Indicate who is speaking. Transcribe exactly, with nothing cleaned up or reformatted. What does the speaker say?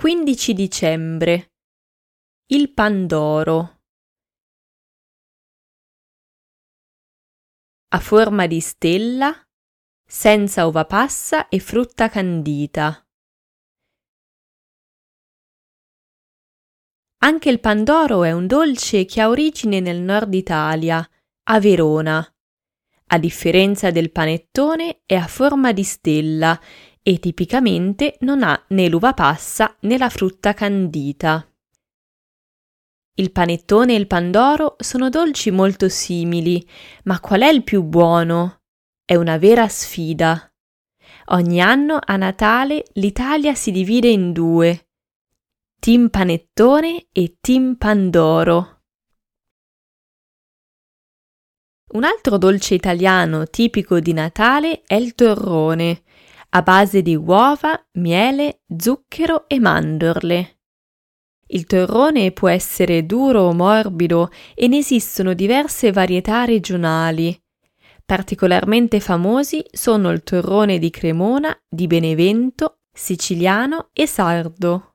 Speaker 1: quindici dicembre. Il pandoro. A forma di stella, senza uva passa e frutta candita. Anche il pandoro è un dolce che ha origine nel nord Italia, a Verona. A differenza del panettone è a forma di stella e tipicamente non ha né l'uva passa né la frutta candita. Il panettone e il pandoro sono dolci molto simili, ma qual è il più buono? È una vera sfida. Ogni anno a Natale l'Italia si divide in due: Team Panettone e Team Pandoro. Un altro dolce italiano tipico di Natale è il torrone, a base di uova, miele, zucchero e mandorle. Il torrone può essere duro o morbido e ne esistono diverse varietà regionali. Particolarmente famosi sono il torrone di Cremona, di Benevento, siciliano e sardo.